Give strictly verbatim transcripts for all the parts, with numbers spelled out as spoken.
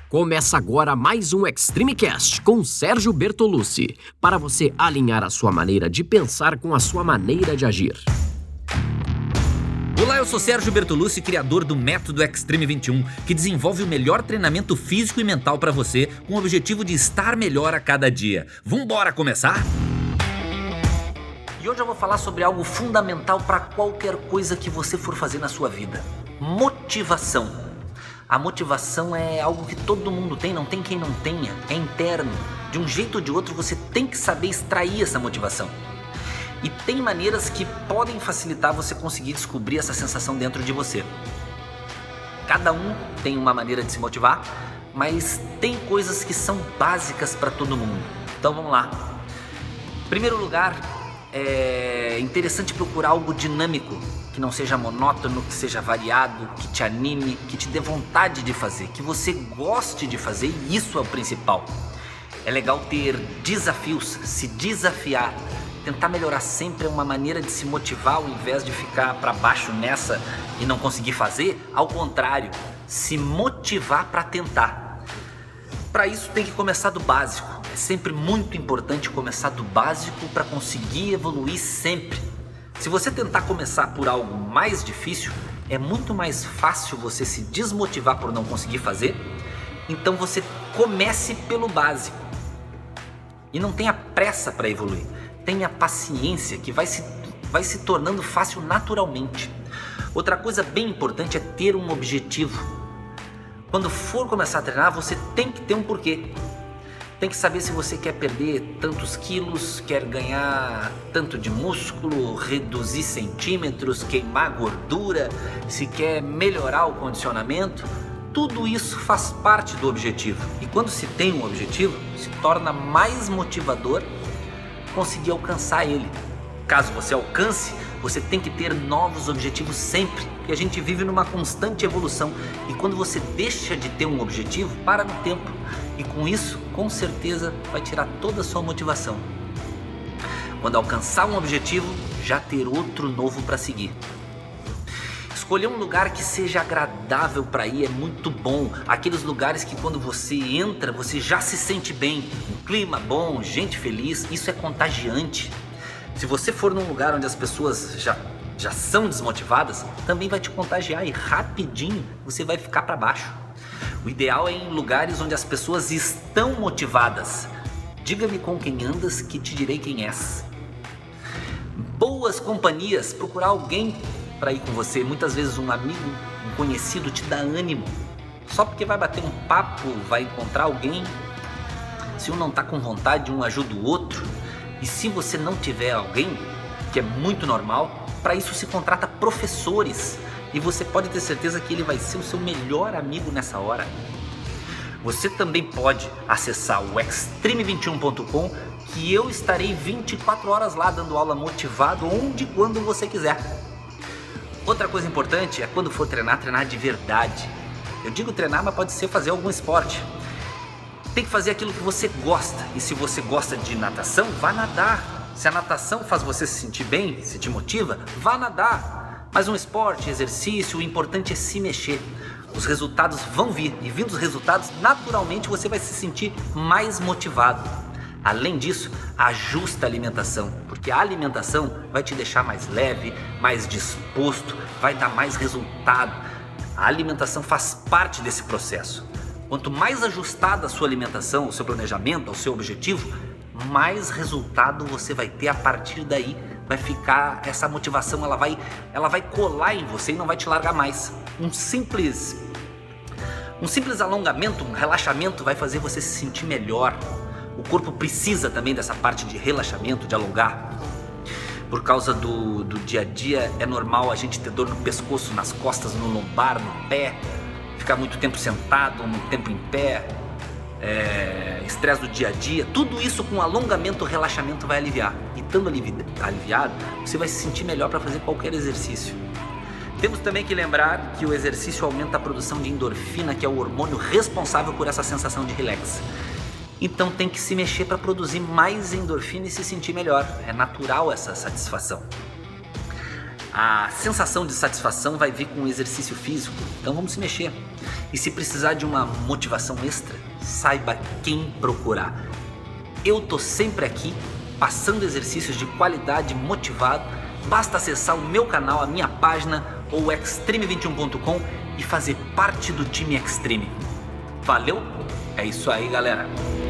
Começa agora mais um Extreme Cast com Sérgio Bertolucci, para você alinhar a sua maneira de pensar com a sua maneira de agir. Olá, eu sou Sérgio Bertolucci, criador do Método Extreme vinte e um, que desenvolve o melhor treinamento físico e mental para você, com o objetivo de estar melhor a cada dia. Vambora começar? E hoje eu vou falar sobre algo fundamental para qualquer coisa que você for fazer na sua vida: motivação. A motivação é algo que todo mundo tem, não tem quem não tenha, é interno. De um jeito ou de outro você tem que saber extrair essa motivação. E tem maneiras que podem facilitar você conseguir descobrir essa sensação dentro de você. Cada um tem uma maneira de se motivar, mas tem coisas que são básicas para todo mundo. Então vamos lá. Em primeiro lugar, é interessante procurar algo dinâmico, que não seja monótono, que seja variado, que te anime, que te dê vontade de fazer, que você goste de fazer, e isso é o principal. É legal ter desafios, se desafiar. Tentar melhorar sempre é uma maneira de se motivar, ao invés de ficar para baixo nessa e não conseguir fazer. Ao contrário, se motivar para tentar. Para isso tem que começar do básico. É sempre muito importante começar do básico para conseguir evoluir sempre. Se você tentar começar por algo mais difícil, é muito mais fácil você se desmotivar por não conseguir fazer. Então você comece pelo básico. E não tenha pressa para evoluir. Tenha paciência, que vai se, vai se tornando fácil naturalmente. Outra coisa bem importante é ter um objetivo. Quando for começar a treinar, você tem que ter um porquê. Tem que saber se você quer perder tantos quilos, quer ganhar tanto de músculo, reduzir centímetros, queimar gordura, se quer melhorar o condicionamento. Tudo isso faz parte do objetivo. E quando se tem um objetivo, se torna mais motivador conseguir alcançar ele. Caso você alcance, você tem que ter novos objetivos sempre, porque a gente vive numa constante evolução. E quando você deixa de ter um objetivo, para no tempo. E com isso, com certeza, vai tirar toda a sua motivação. Quando alcançar um objetivo, já ter outro novo para seguir. Escolher um lugar que seja agradável para ir é muito bom. Aqueles lugares que quando você entra, você já se sente bem. Um clima bom, gente feliz, isso é contagiante. Se você for num lugar onde as pessoas já, já são desmotivadas, também vai te contagiar e rapidinho você vai ficar para baixo. O ideal é ir em lugares onde as pessoas estão motivadas. Diga-me com quem andas que te direi quem és. Boas companhias, procurar alguém para ir com você. Muitas vezes um amigo, um conhecido te dá ânimo. Só porque vai bater um papo, vai encontrar alguém. Se um não está com vontade, um ajuda o outro. E se você não tiver alguém, que é muito normal, para isso se contrata professores. E você pode ter certeza que ele vai ser o seu melhor amigo nessa hora. Você também pode acessar o extreme vinte e um ponto com, que eu estarei vinte e quatro horas lá dando aula motivado, onde e quando você quiser. Outra coisa importante é quando for treinar, treinar de verdade. Eu digo treinar, mas pode ser fazer algum esporte. Tem que fazer aquilo que você gosta. E se você gosta de natação, vá nadar. Se a natação faz você se sentir bem, se te motiva, vá nadar. Mas um esporte, exercício, o importante é se mexer. Os resultados vão vir. E vindo os resultados, naturalmente você vai se sentir mais motivado. Além disso, ajusta a alimentação, porque a alimentação vai te deixar mais leve, mais disposto, vai dar mais resultado. A alimentação faz parte desse processo. Quanto mais ajustada a sua alimentação, o seu planejamento, o seu objetivo, mais resultado você vai ter. A partir daí vai ficar, essa motivação ela vai, ela vai colar em você e não vai te largar mais. Um simples, um simples alongamento, um relaxamento vai fazer você se sentir melhor. O corpo precisa também dessa parte de relaxamento, de alongar. Por causa do, do dia a dia, é normal a gente ter dor no pescoço, nas costas, no lombar, no pé, ficar muito tempo sentado, muito tempo em pé, é, estresse do dia a dia. Tudo isso com alongamento, relaxamento vai aliviar. E estando alivi- aliviado, você vai se sentir melhor para fazer qualquer exercício. Temos também que lembrar que o exercício aumenta a produção de endorfina, que é o hormônio responsável por essa sensação de relax. Então tem que se mexer para produzir mais endorfina e se sentir melhor. É natural essa satisfação. A sensação de satisfação vai vir com o exercício físico, então vamos se mexer. E se precisar de uma motivação extra, saiba quem procurar. Eu tô sempre aqui, passando exercícios de qualidade, motivado. Basta acessar o meu canal, a minha página ou extreme vinte e um ponto com e fazer parte do time Extreme. Valeu? É isso aí, galera.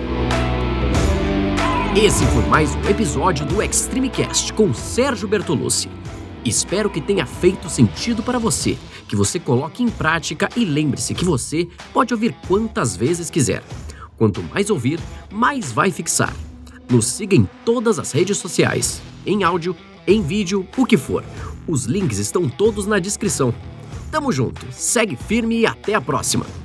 Esse foi mais um episódio do Extreme Cast com Sérgio Bertolucci. Espero que tenha feito sentido para você, que você coloque em prática e lembre-se que você pode ouvir quantas vezes quiser. Quanto mais ouvir, mais vai fixar. Nos siga em todas as redes sociais, em áudio, em vídeo, o que for. Os links estão todos na descrição. Tamo junto, segue firme e até a próxima!